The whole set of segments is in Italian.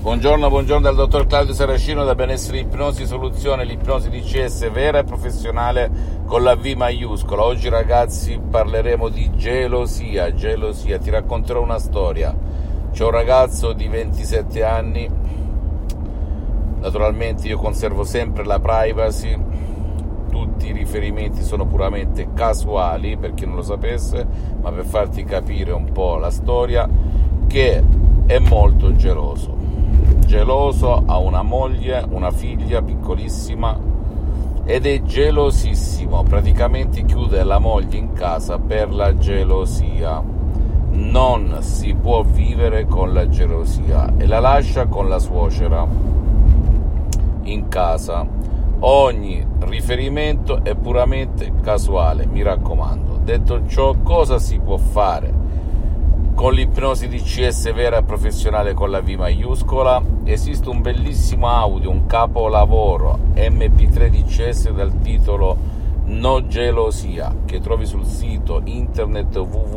Buongiorno dal dottor Claudio Saracino da Benessere Ipnosi Soluzione, l'ipnosi DCS vera e professionale con la V maiuscola. Oggi ragazzi parleremo di gelosia, ti racconterò una storia. C'è un ragazzo di 27 anni, naturalmente io conservo sempre la privacy, tutti i riferimenti sono puramente casuali per chi non lo sapesse, ma per farti capire un po' la storia, che è molto geloso, ha una moglie, una figlia piccolissima ed è gelosissimo, praticamente chiude la moglie in casa per la gelosia, non si può vivere con la gelosia e la lascia con la suocera in casa. Ogni riferimento è puramente casuale, mi raccomando. Detto ciò, cosa si può fare con l'ipnosi DCS vera e professionale con la V maiuscola? Esiste un bellissimo audio, un capolavoro MP3 DCS dal titolo No Gelosia, che trovi sul sito internet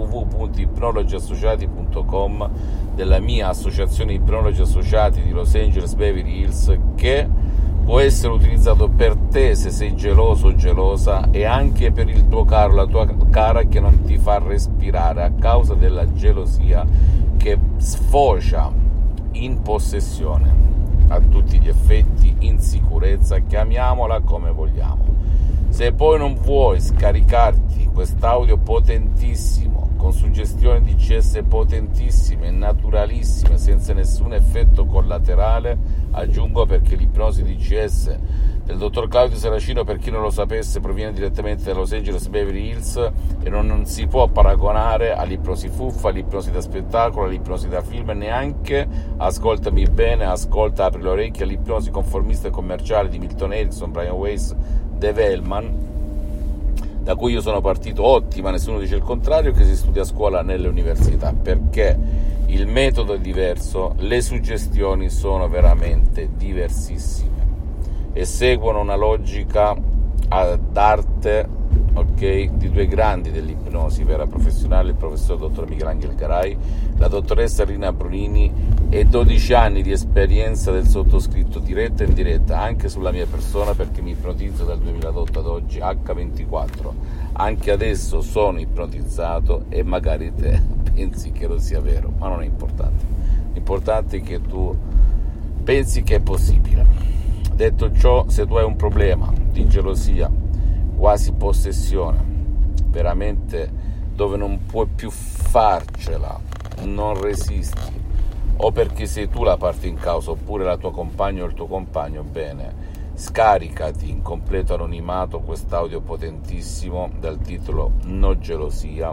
www.ipnologiassociati.com della mia associazione Ipnologi Associati di Los Angeles Beverly Hills, che può essere utilizzato per te se sei geloso o gelosa, e anche per il tuo caro, la tua cara che non ti fa respirare a causa della gelosia che sfocia in possessione, a tutti gli effetti insicurezza, chiamiamola come vogliamo. Se poi non vuoi scaricarti quest'audio potentissimo, con suggestioni DCS potentissime, naturalissime, senza nessun effetto collaterale, aggiungo, perché l'ipnosi DCS del dottor Claudio Saracino, per chi non lo sapesse, proviene direttamente da Los Angeles Beverly Hills e non si può paragonare all'ipnosi fuffa, all'ipnosi da spettacolo, all'ipnosi da film, neanche, ascoltami bene, apri le orecchie, all'ipnosi conformista e commerciale di Milton Erickson, Brian Weiss, Dave Hellman, da cui io sono partito, ottima, nessuno dice il contrario, che si studia a scuola nelle università, perché il metodo è diverso, le suggestioni sono veramente diversissime e seguono una logica d'arte, ok, di due grandi dell'ipnosi vera professionale, il professor dottor Michelangelo Garai, la dottoressa Rina Brunini, e 12 anni di esperienza del sottoscritto, diretta e indiretta, anche sulla mia persona, perché mi ipnotizzo dal 2008 ad oggi H24. Anche adesso sono ipnotizzato e magari te pensi che non sia vero, ma non è importante. L'importante è che tu pensi che è possibile. Detto ciò, se tu hai un problema di gelosia, quasi possessione, veramente dove non puoi più farcela, non resisti, o perché sei tu la parte in causa oppure la tua compagna o il tuo compagno, bene, scaricati in completo anonimato quest'audio potentissimo dal titolo No Gelosia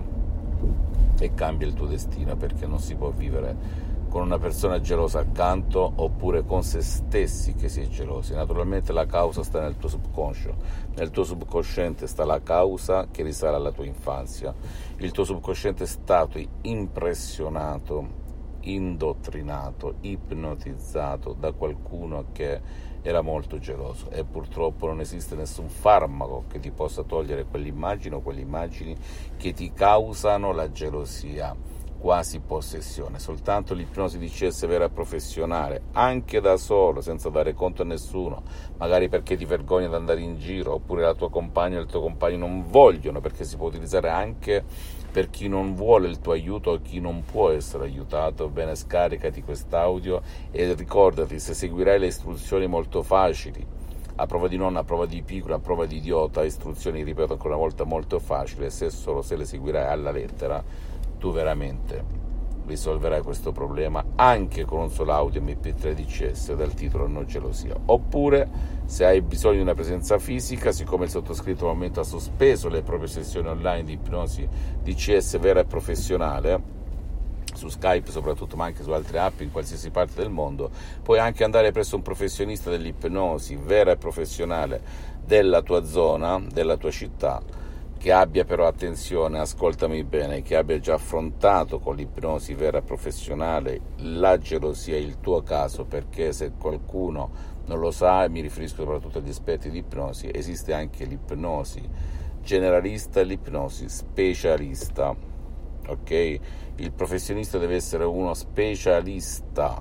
e cambia il tuo destino, perché non si può vivere con una persona gelosa accanto, oppure con se stessi che si è gelosi. Naturalmente la causa sta nel tuo subconscio, nel tuo subconsciente sta la causa che risale alla tua infanzia. Il tuo subconsciente è stato impressionato, indottrinato, ipnotizzato da qualcuno che era molto geloso, e purtroppo non esiste nessun farmaco che ti possa togliere quell'immagine o quelle immagini che ti causano la gelosia, quasi possessione. Soltanto l'ipnosi DCS vera e professionale, anche da solo, senza dare conto a nessuno, magari perché ti vergogni ad andare in giro, oppure la tua compagna o il tuo compagno non vogliono, perché si può utilizzare anche per chi non vuole il tuo aiuto o chi non può essere aiutato. Bene, scaricati quest'audio e ricordati, se seguirai le istruzioni molto facili, a prova di nonna, a prova di piccola, a prova di idiota, istruzioni, ripeto ancora una volta, molto facili, se le seguirai alla lettera, tu veramente risolverai questo problema anche con un solo audio MP3 DCS dal titolo No Gelosia. Oppure, se hai bisogno di una presenza fisica, siccome il sottoscritto al momento ha sospeso le proprie sessioni online di ipnosi DCS vera e professionale, su Skype soprattutto, ma anche su altre app in qualsiasi parte del mondo, puoi anche andare presso un professionista dell'ipnosi vera e professionale della tua zona, della tua città, che abbia però, attenzione, ascoltami bene, che abbia già affrontato con l'ipnosi vera professionale la gelosia, il tuo caso, perché se qualcuno non lo sa, e mi riferisco soprattutto agli esperti di ipnosi, esiste anche l'ipnosi generalista e l'ipnosi specialista. ok? Il professionista deve essere uno specialista,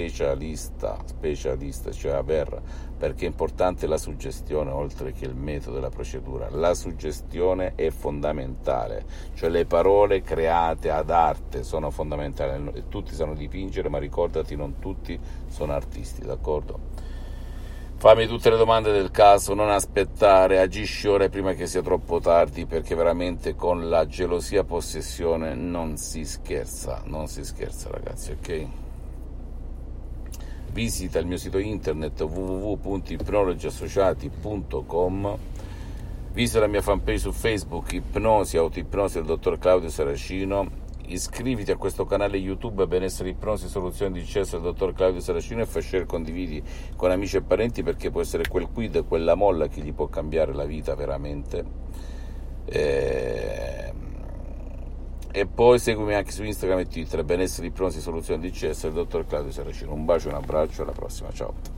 cioè perché è importante la suggestione oltre che il metodo e la procedura. La suggestione è fondamentale, cioè le parole create ad arte sono fondamentali. Tutti sanno dipingere, ma ricordati, non tutti sono artisti, d'accordo? Fammi tutte le domande del caso, non aspettare, agisci ora prima che sia troppo tardi, perché veramente con la gelosia possessione non si scherza ragazzi, ok? Visita il mio sito internet www.ipnologiassociati.com, visita la mia fanpage su Facebook, Ipnosi, Autoipnosi del dottor Claudio Saracino. Iscriviti a questo canale YouTube Benessere Ipnosi Soluzioni di Cesso del dottor Claudio Saracino e fai share, condividi con amici e parenti, perché può essere quel quid, quella molla che gli può cambiare la vita veramente. E poi seguimi anche su Instagram e Twitter Benessere Ipnosi Soluzioni di Cesso del dottor Claudio Saracino. Un bacio e un abbraccio, alla prossima, ciao.